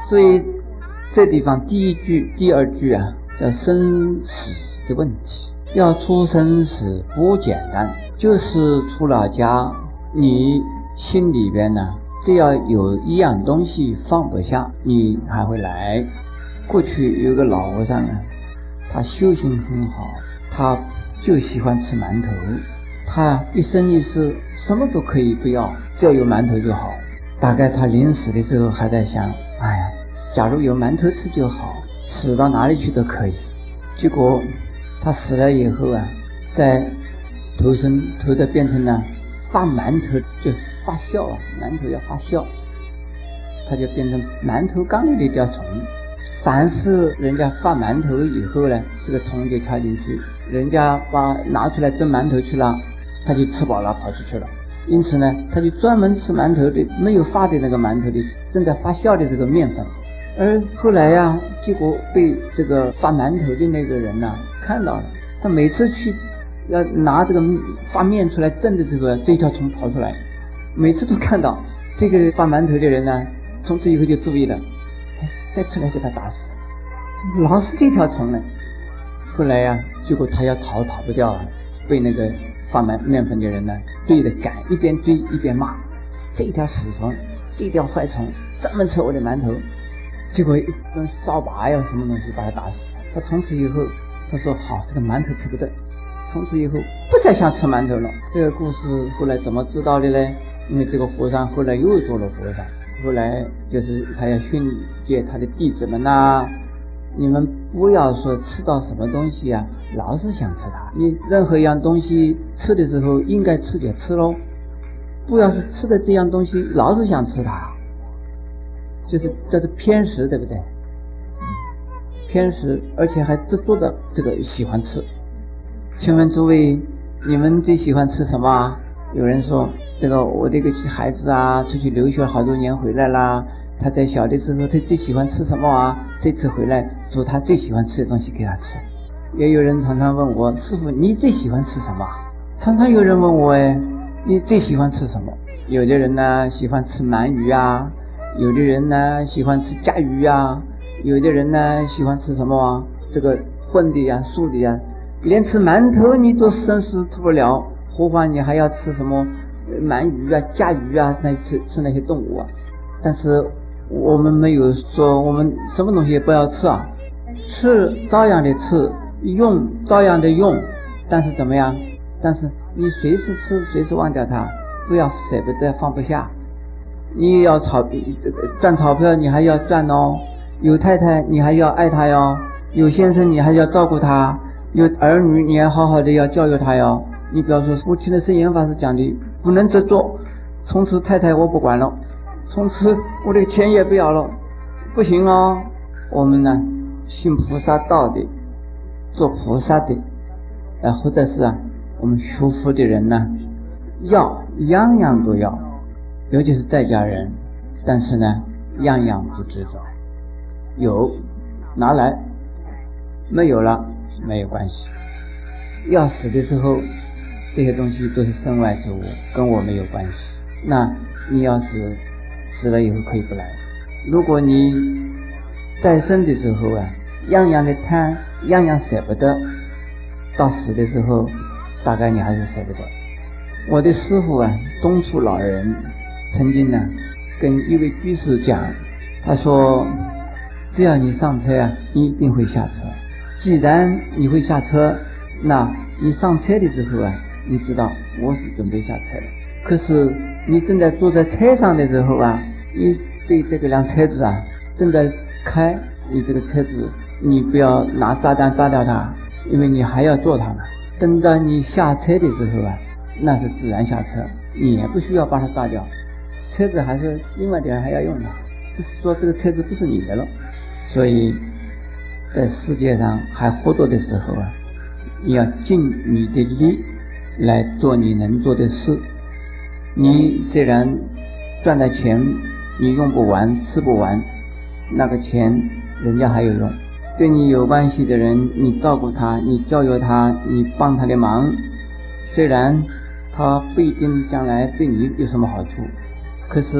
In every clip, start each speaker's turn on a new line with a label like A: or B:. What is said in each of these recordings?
A: 所以这地方第一句、第二句啊，叫生死的问题。要出生死不简单，就是出了家，你心里边呢，只要有一样东西放不下，你还会来。过去有个老和尚呢，他修行很好，他就喜欢吃馒头，他一生一世什么都可以不要，只要有馒头就好。大概他临死的时候还在想，哎呀，假如有馒头吃就好，死到哪里去都可以。结果他死了以后啊，在投的变成了发馒头，就发酵啊，馒头要发酵，他就变成馒头缸里的一条虫。凡是人家发馒头以后呢，这个虫就跳进去，人家拿出来蒸馒头去了，他就吃饱了跑出去了。因此呢，他就专门吃馒头的，没有发的那个馒头的正在发酵的这个面粉。而后来呀，结果被这个发馒头的那个人呢看到了，他每次去要拿这个发面出来蒸的时候，这一条虫跑出来，每次都看到这个发馒头的人呢，从此以后就注意了，再出来就把他打死，怎么老是这条虫呢？后来呀，结果他要逃不掉啊，被那个发面粉的人呢追着赶，一边追一边骂，这条死虫，这条坏虫，专门吃我的馒头。结果一根扫把呀什么东西把他打死。他从此以后他说好，这个馒头吃不得，从此以后不再想吃馒头了。这个故事后来怎么知道的呢？因为这个和尚后来又做了和尚，后来就是他要训诫他的弟子们呐，你们不要说吃到什么东西啊老是想吃它，你任何一样东西吃的时候应该吃就吃咯，不要说吃的这样东西老是想吃它，就是叫做偏食，对不对？偏食，而且还执着的这个喜欢吃。请问诸位，你们最喜欢吃什么啊？有人说，这个我这个孩子啊，出去留学好多年回来啦，他在小的时候他最喜欢吃什么啊？这次回来煮他最喜欢吃的东西给他吃。也有人常常问我，师父你最喜欢吃什么？常常有人问我，你最喜欢吃什么？有的人呢喜欢吃鳗鱼啊，有的人呢喜欢吃甲鱼啊，有的人呢喜欢吃什么啊？这个荤的呀、素的呀，连吃馒头你都生死脱不了，何况你还要吃什么鳗鱼啊、甲鱼啊，吃那些动物啊。但是我们没有说我们什么东西也不要吃啊，吃照样的吃，用照样的用，但是怎么样？但是你随时吃，随时忘掉它，不要舍不得放不下。你要这个赚钞票，你还要赚哦；有太太，你还要爱她哟；有先生，你还要照顾他；有儿女，你还好好的要教育他哟。你比方说，我听了圣严法师讲的，不能执着，从此太太我不管了，从此我的钱也不要了，不行哦。我们呢，信菩萨道的，做菩萨的，或者是我们学佛的人呢，要样样都要，尤其是在家人，但是呢，样样不执着，有拿来，没有了没有关系。要死的时候，这些东西都是身外之物，跟我没有关系。那你要是死了以后可以不来。如果你在生的时候样样的贪，样样舍不得，到死的时候大概你还是舍不得。我的师父东楚老人曾经跟一位居士讲，他说只要你上车你一定会下车。既然你会下车，那你上车的时候你知道我是准备下车了。可是你正在坐在车上的时候你对这个辆车子正在开，你这个车子你不要拿炸弹炸掉它，因为你还要坐它呢。等到你下车的时候那是自然下车，你也不需要把它炸掉，车子还是另外的人还要用它，只是说这个车子不是你的了。所以在世界上还活着的时候你要尽你的力来做你能做的事。你虽然赚了钱你用不完吃不完，那个钱人家还有用，对你有关系的人你照顾他，你教育他，你帮他的忙，虽然他不一定将来对你有什么好处，可是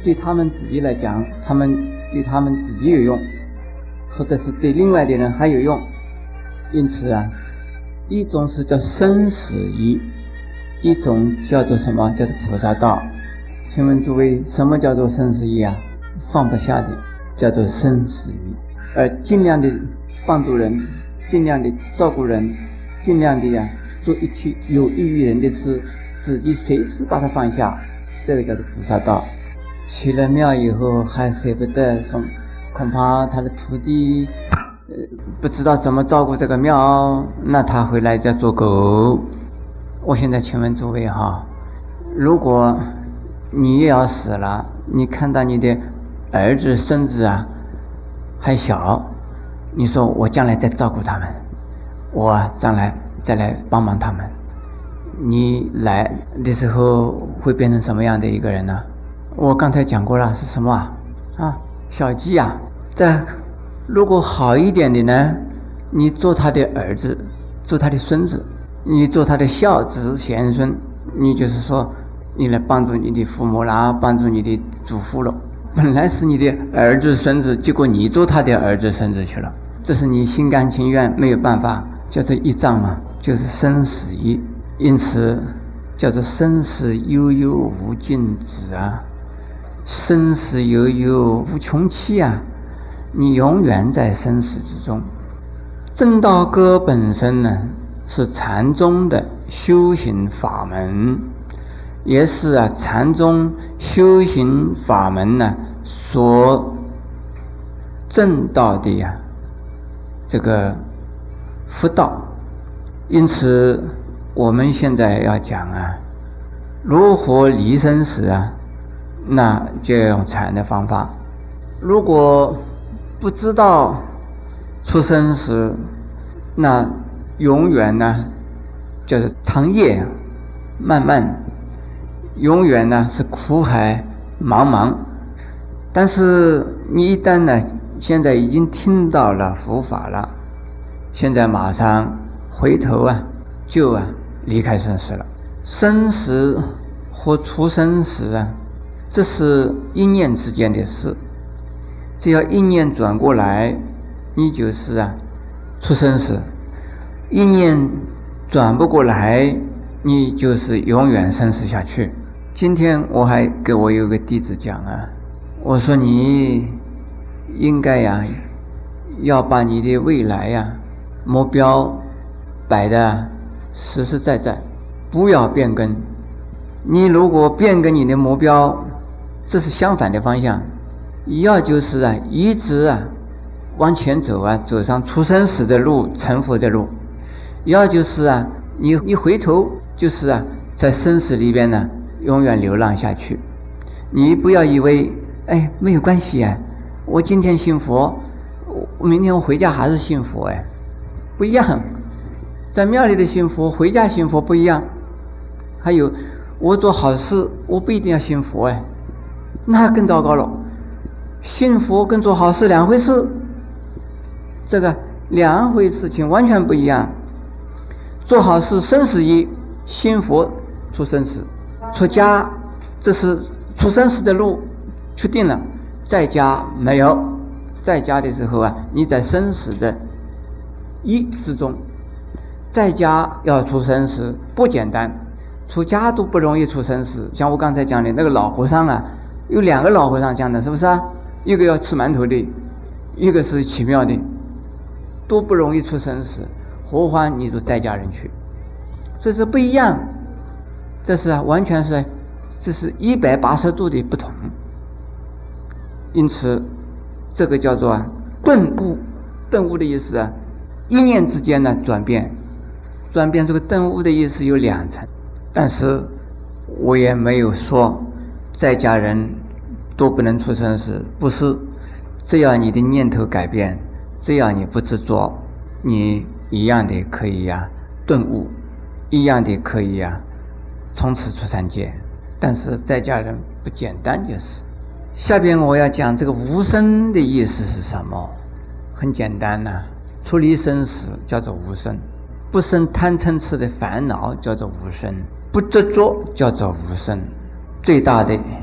A: 对他们自己来讲，对他们自己有用，或者是对另外的人还有用。因此啊，一种是叫生死义，一种叫做什么？叫做菩萨道。请问诸位，什么叫做生死义啊？放不下的叫做生死义，而尽量的帮助人，尽量的照顾人，尽量的做一切有益于人的事，自己随时把它放下，这个叫做菩萨道。去了庙以后还舍不得送，恐怕他的徒弟不知道怎么照顾这个庙，那他回来再做狗。我现在请问诸位如果你也要死了，你看到你的儿子孙子还小，你说我将来再照顾他们，我将来再来帮忙他们，你来的时候会变成什么样的一个人呢？我刚才讲过了，是什么小鸡这如果好一点的呢，你做他的儿子，做他的孙子，你做他的孝子贤孙，你就是说你来帮助你的父母啦，帮助你的祖父了。本来是你的儿子孙子，结果你做他的儿子孙子去了，这是你心甘情愿，没有办法，叫做一障嘛，就是生死义。因此叫做生死悠悠无尽止生死悠悠无穷期你永远在生死之中。正道歌本身呢，是禅宗的修行法门，也是禅宗修行法门呢所证道的这个佛道。因此我们现在要讲如何离生死那就要用禅的方法。如果不知道出生死，那永远呢就是长夜漫漫，永远呢是苦海茫茫。但是你一旦呢现在已经听到了佛法了，现在马上回头就离开生死了。生死或出生死这是一念之间的事，只要一念转过来，你就是出生死；一念转不过来，你就是永远生死下去。今天我还给我有个弟子讲我说你应该要把你的未来目标摆得实实在在，不要变更。你如果变更你的目标，这是相反的方向，要就是一直往前走走上出生死的路，成佛的路；要就是你回头就是在生死里边呢永远流浪下去。你不要以为没有关系我今天信佛，明天我回家还是信佛不一样。在庙里的信佛，回家信佛不一样。还有我做好事，我不一定要信佛那更糟糕了。信佛跟做好事两回事，这个两回事情完全不一样。做好事生死义，信佛出生死。出家这是出生死的路确定了，在家没有。在家的时候你在生死的义之中，在家要出生死不简单，出家都不容易出生死。像我刚才讲的那个老和尚有两个老和尚讲的，是不是一个要吃馒头的，一个是起庙的，都不容易出生死，何况你做在家人去。所以这不一样，这是完全是这是180度的不同。因此这个叫做顿悟。顿悟的意思一念之间呢转变。这个顿悟的意思有2层，但是我也没有说在家人都不能出生死，不是。只要你的念头改变，只要你不执着，你一样的可以顿悟，一样的可以从此出三界。但是在家人不简单就是。下边我要讲这个无生的意思是什么？很简单出离生死叫做无生，不生贪嗔痴的烦恼叫做无生，不执着叫做无生。最大的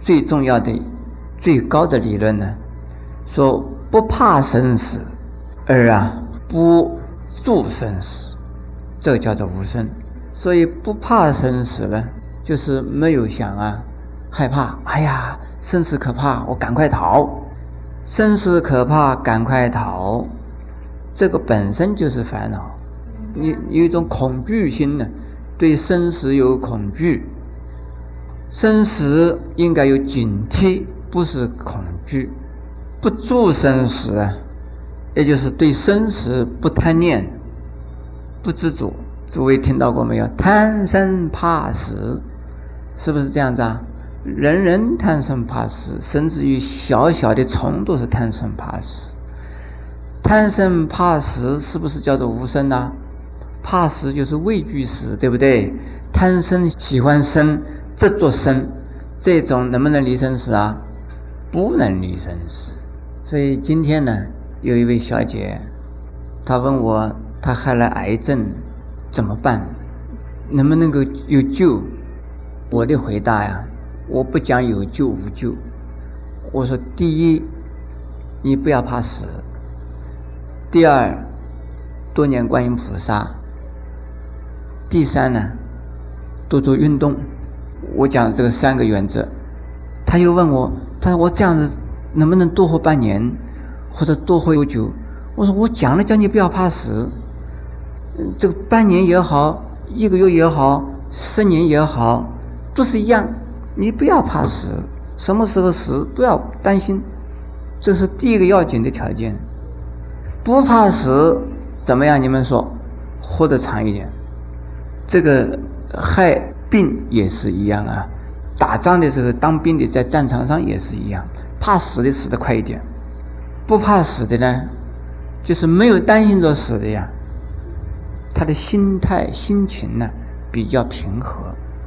A: 最重要的、最高的理论呢，说不怕生死，而不助生死，这个叫做无生。所以不怕生死呢，就是没有想害怕，哎呀，生死可怕，我赶快逃。生死可怕，赶快逃，这个本身就是烦恼。你有一种恐惧心呢，对生死有恐惧。生死应该有警惕，不是恐惧。不助生死也就是对生死不贪念，不执着。诸位听到过没有？贪生怕死，是不是这样子啊？人人贪生怕死，甚至于小小的虫都是贪生怕死。贪生怕死是不是叫做无生啊？怕死就是畏惧死，对不对？贪生喜欢生，执着生，这种能不能离生死啊？不能离生死。所以今天呢，有一位小姐，她问我，她害了癌症怎么办？能不能够有救？我的回答我不讲有救无救。我说，第一，你不要怕死；第二，多念观音菩萨；第三呢，多做运动。我讲这个3个原则。他又问我，他说我这样子能不能多活半年，或者多活多久？我说我讲了叫你不要怕死，这个半年也好，1个月也好，10年也好，都是一样。你不要怕死，什么时候死不要担心，这是第一个要紧的条件。不怕死怎么样？你们说，活得长一点。这个害病也是一样打仗的时候，当兵的在战场上也是一样，怕死的死得快一点，不怕死的呢，就是没有担心着死的呀，他的心态心情呢比较平和，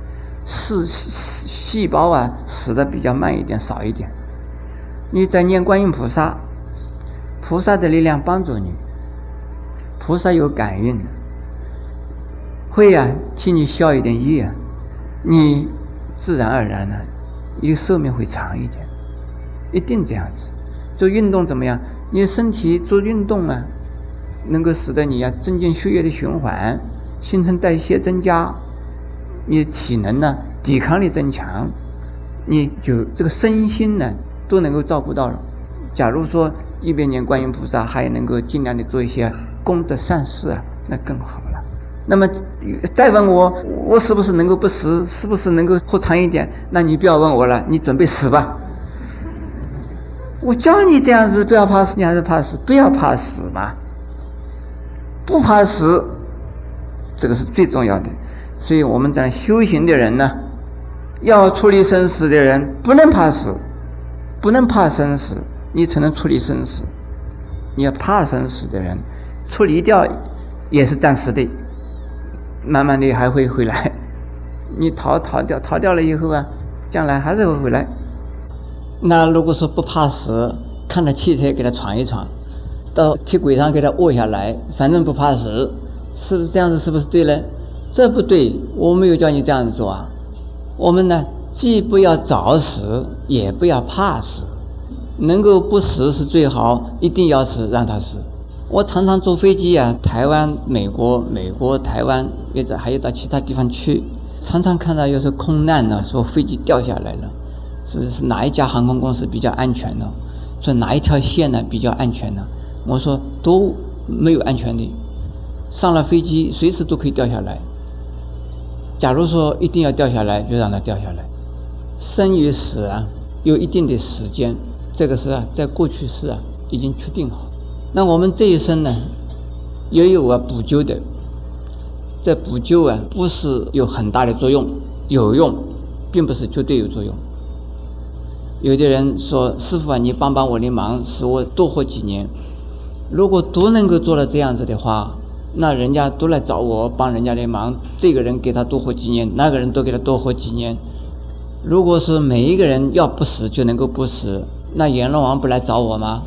A: 细胞死得比较慢一点，少一点。你在念观音菩萨，菩萨的力量帮助你，菩萨有感应的，会替你消一点业，你自然而然你的寿命会长一点，一定这样子。做运动怎么样？你身体做运动能够使得你增进血液的循环，新陈代谢增加，你的体能抵抗力增强，你就这个身心都能够照顾到了。假如说一边念观音菩萨，还能够尽量的做一些功德善事那更好了。那么再问我是不是能够不死，是不是能够活长一点？那你不要问我了，你准备死吧。我教你这样子，不要怕死，你还是怕死，不要怕死嘛。不怕死，这个是最重要的。所以我们在修行的人呢，要处理生死的人，不能怕死，不能怕生死，你才能处理生死。你要怕生死的人，处理掉也是暂时的，慢慢的还会回来。你逃掉了以后将来还是会回来。那如果说不怕死，看到汽车给他闯一闯，到铁轨上给他卧下来，反正不怕死，是不是这样子？是不是对了？这不对，我没有叫你这样子做我们呢，既不要早死，也不要怕死，能够不死是最好，一定要死，让他死。我常常坐飞机台湾、美国、台湾，还有到其他地方去，常常看到有时候空难说飞机掉下来了，是哪一家航空公司比较安全呢？说哪一条线比较安全呢？我说都没有安全的，上了飞机随时都可以掉下来。假如说一定要掉下来，就让它掉下来。生与死有一定的时间，这个是在过去世已经确定好。那我们这一生呢，也有补救的。这补救不是有很大的作用，有用，并不是绝对有作用。有的人说，师父你帮帮我的忙，使我多活几年。如果都能够做到这样子的话，那人家都来找我帮人家的忙，这个人给他多活几年，那个人都给他多活几年。如果是每一个人要不死就能够不死，那阎罗王不来找我吗？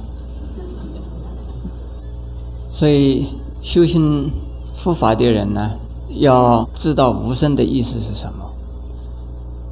A: 所以修行佛法的人呢，要知道无生的意思是什么。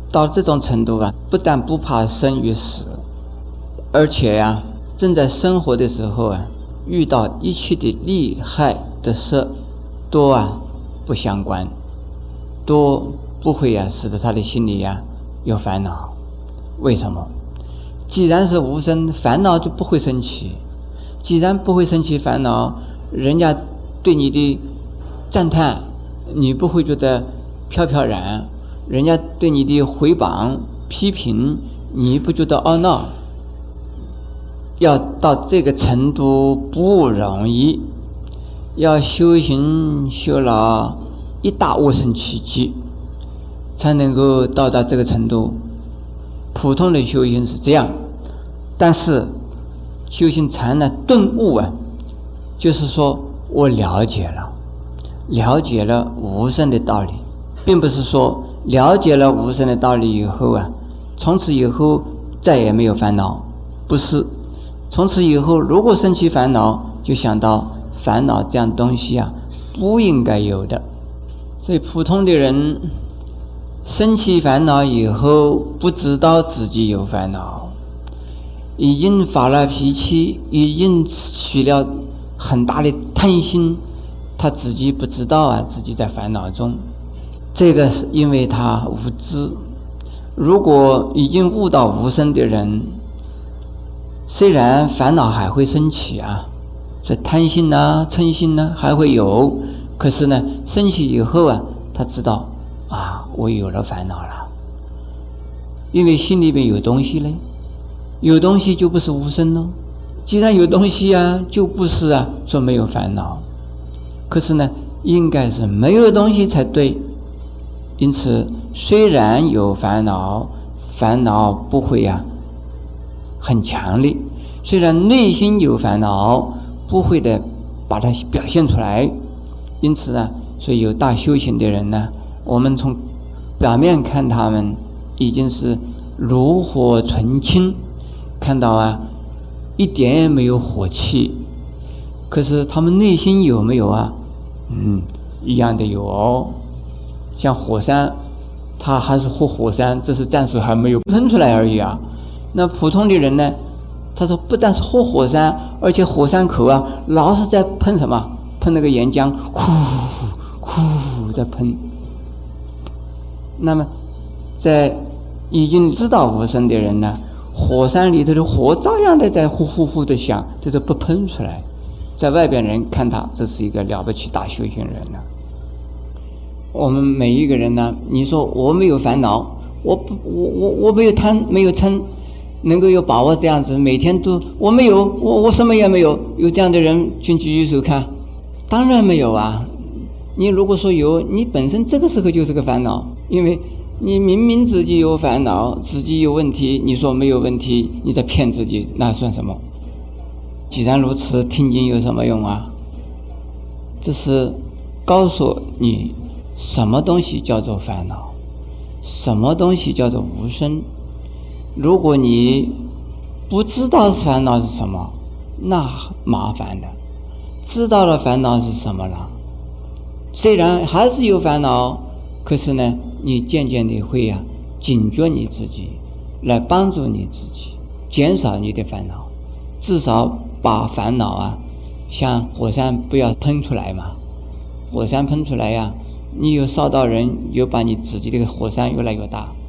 A: 到这种程度啊，不但不怕生与死，而且呀，正在生活的时候啊，遇到一切的利害得失，都不相关，都不会使得他的心里有烦恼。为什么？既然是无生，烦恼就不会升起。既然不会升起烦恼，人家对你的赞叹，你不会觉得飘飘然；人家对你的回谤、批评，你不觉得懊恼。要到这个程度不容易，要修行修了一大无生奇迹，才能够到达这个程度。普通的修行是这样，但是修行禅呢，顿悟就是说我了解了无生的道理，并不是说了解了无生的道理以后从此以后再也没有烦恼，不是。从此以后，如果生起烦恼，就想到烦恼这样东西不应该有的。所以普通的人生起烦恼以后，不知道自己有烦恼，已经发了脾气，已经起了很大的贪心，他自己不知道自己在烦恼中。这个是因为他无知。如果已经悟到无生的人，虽然烦恼还会升起所以贪心嗔心还会有，可是呢，升起以后他知道我有了烦恼了，因为心里面有东西嘞，有东西就不是无生咯。既然有东西就不是说没有烦恼，可是呢，应该是没有东西才对。因此，虽然有烦恼，烦恼不会很强烈，虽然内心有烦恼，不会的把它表现出来。因此呢，所以有大修行的人呢，我们从表面看他们已经是炉火纯青，看到一点也没有火气，可是他们内心有没有一样的有哦。像火山，它还是活火山，这是暂时还没有喷出来而已那普通的人呢，他说不但是活火山，而且火山口老是在喷什么？喷那个岩浆，呼呼在喷。那么在已经知道无生的人呢，火山里头的火照样的在呼呼呼的响，这是不喷出来。在外边人看他，这是一个了不起大修行人我们每一个人呢，你说我没有烦恼，我没有贪没有嗔，能够有把握这样子每天都我没有，我什么也没有，有这样的人请举举手看。当然没有你如果说有，你本身这个时候就是个烦恼，因为你明明自己有烦恼，自己有问题，你说没有问题，你在骗自己，那算什么？既然如此，听经有什么用这是告诉你什么东西叫做烦恼，什么东西叫做无生。如果你不知道烦恼是什么，那麻烦了。知道了烦恼是什么了，虽然还是有烦恼，可是呢，你渐渐地会警觉你自己，来帮助你自己，减少你的烦恼，至少把烦恼像火山不要喷出来嘛。火山喷出来你有烧到人，有把你自己的火山越来越大。